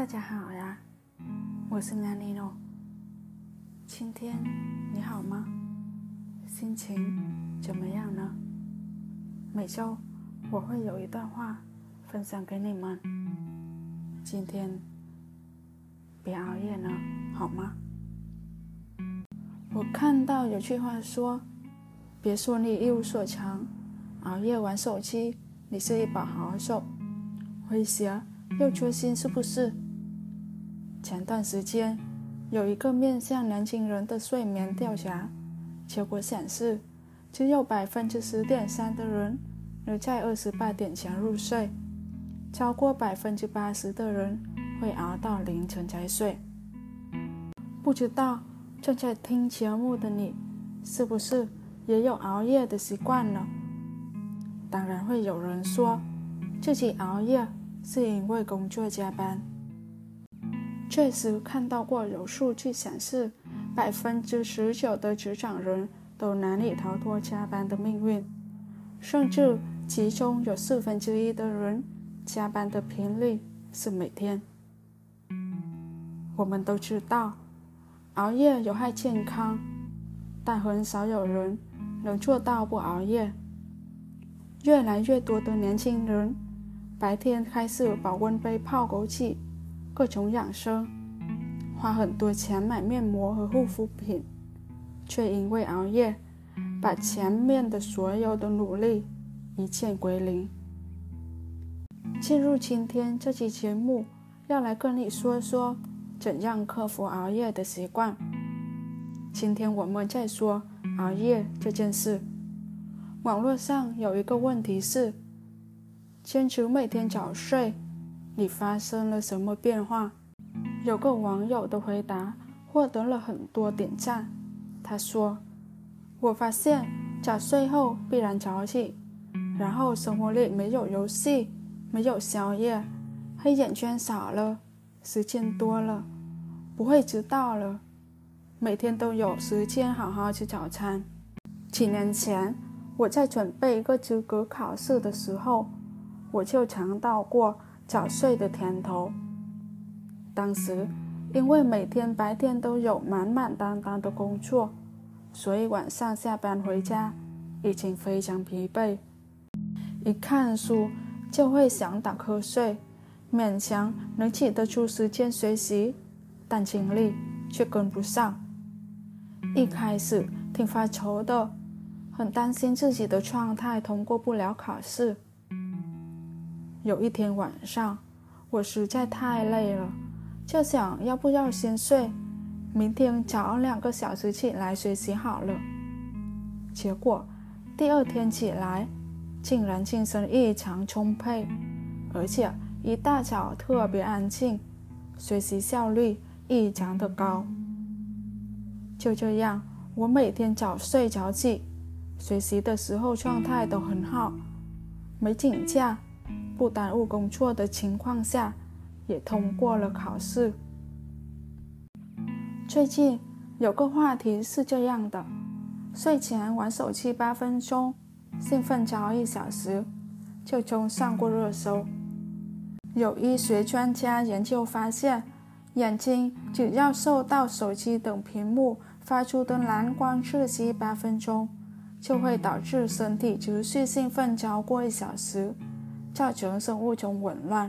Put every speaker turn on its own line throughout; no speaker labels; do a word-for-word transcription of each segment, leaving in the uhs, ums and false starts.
大家好呀，我是安妮诺。今天你好吗？心情怎么样呢？每周我会有一段话分享给你们。今天别熬夜呢，好吗？我看到有句话说，别说你一无所长，熬夜玩手机，你是一把好手。诙谐又戳心，是不是？前段时间有一个面向年轻人的睡眠调查，结果显示只有 百分之十点三 的人能在二十八点前入睡，超过 百分之八十 的人会熬到凌晨才睡。不知道正在听节目的你是不是也有熬夜的习惯呢？当然会有人说自己熬夜是因为工作加班。确实看到过有数据显示 百分之十九 的职场人都难以逃脱加班的命运，甚至其中有四分之一的人加班的频率是每天。我们都知道熬夜有害健康，但很少有人能做到不熬夜。越来越多的年轻人白天开始保温杯泡枸杞，各种养生，花很多钱买面膜和护肤品，却因为熬夜把前面的所有的努力一键归零。进入今天这期节目，要来跟你说说怎样克服熬夜的习惯。今天我们在说熬夜这件事。网络上有一个问题是，坚持每天早睡，你发生了什么变化？有个网友的回答获得了很多点赞。他说，我发现早睡后必然早起，然后生活里没有游戏，没有宵夜，黑眼圈少了，时间多了，不会迟到了，每天都有时间好好吃早餐。几年前我在准备一个资格考试的时候，我就尝到过早睡的甜头。当时因为每天白天都有满满当当的工作，所以晚上下班回家已经非常疲惫，一看书就会想打瞌睡，勉强能挤得出时间学习，但精力却跟不上。一开始挺发愁的，很担心自己的状态通过不了考试。有一天晚上，我实在太累了，就想要不要先睡，明天早两个小时起来学习好了。结果第二天起来，竟然精神异常充沛，而且一大早特别安静，学习效率异常的高。就这样，我每天早睡早起，学习的时候状态都很好，没请假，不耽误工作的情况下，也通过了考试。最近有个话题是这样的，睡前玩手机八分钟，兴奋早一小时，就冲上过热搜。有医学专家研究发现，眼睛只要受到手机等屏幕发出的蓝光刺激八分钟，就会导致身体持续兴奋超过一小时，造成生物钟紊乱。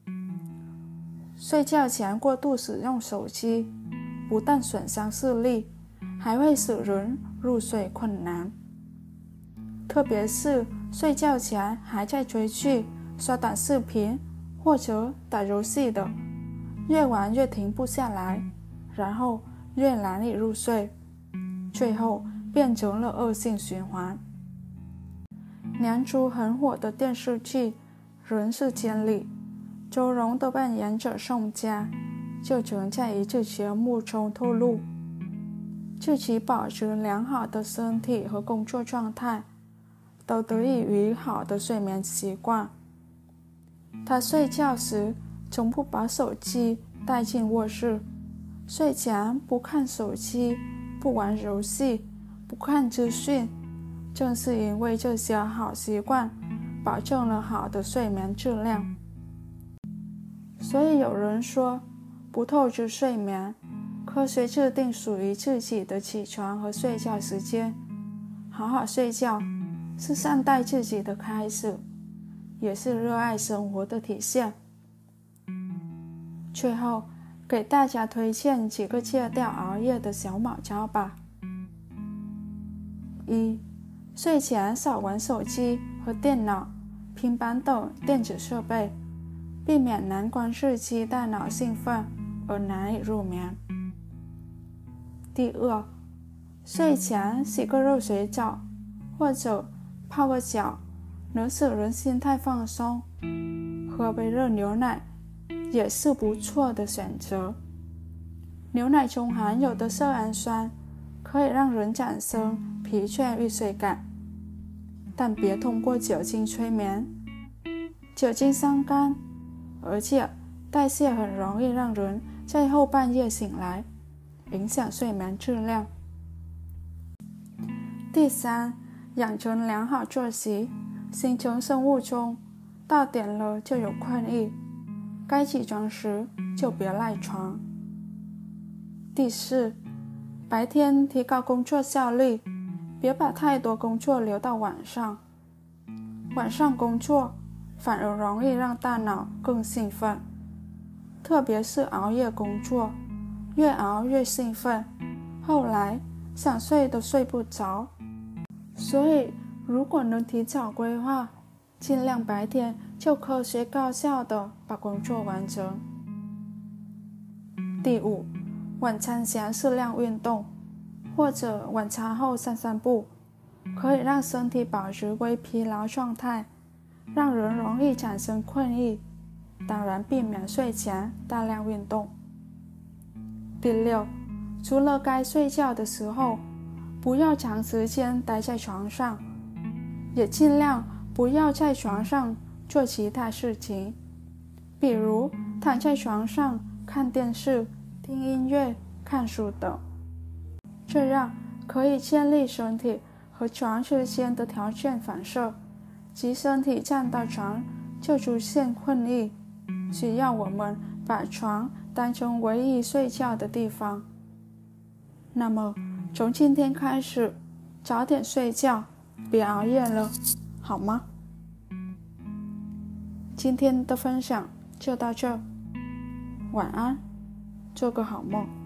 睡觉前过度使用手机，不但损伤视力，还会使人入睡困难。特别是睡觉前还在追剧、刷短视频或者打游戏的，越玩越停不下来，然后越难以入睡，最后变成了恶性循环。年初很火的电视剧《人世间》里，周蓉的扮演者宋佳就曾在一次节目中透露，自己保持良好的身体和工作状态，都得益于好的睡眠习惯。他睡觉时从不把手机带进卧室，睡前不看手机，不玩游戏，不看资讯，正是因为这些好习惯，保证了好的睡眠质量。 所以有人说，不透支睡眠，科学制定属于自己的起床和睡觉时间。好好睡觉是善待自己的开始，也是热爱生活的体现。最后，给大家推荐几个戒掉熬夜的小妙招吧。一、睡前少玩手机和电脑、平板等电子设备，避免蓝光刺激大脑兴奋而难以入眠。第二，睡前洗个热水澡或者泡个脚，能使人心态放松。喝杯热牛奶也是不错的选择。牛奶中含有的色氨酸可以让人产生疲倦欲睡感，但别通过酒精催眠。酒精伤肝，而且代谢很容易让人在后半夜醒来，影响睡眠质量。第三，养成良好作息，形成生物钟，到点了就有困意，该起床时就别赖床。第四，白天提高工作效率，别把太多工作留到晚上。晚上工作反而容易让大脑更兴奋，特别是熬夜工作，越熬越兴奋，后来想睡都睡不着。所以如果能提早规划，尽量白天就科学高效地把工作完成。第五，晚餐前适量运动，或者晚餐后散散步，可以让身体保持微疲劳状态，让人容易产生困意，当然避免睡前大量运动。第六，除了该睡觉的时候，不要长时间待在床上，也尽量不要在床上做其他事情，比如躺在床上看电视、听音乐、看书等。这样可以建立身体和床之间的条件反射，即身体站到床就出现困意，需要我们把床当成唯一睡觉的地方。那么从今天开始，早点睡觉，别熬夜了，好吗？今天的分享就到这，晚安，做个好梦。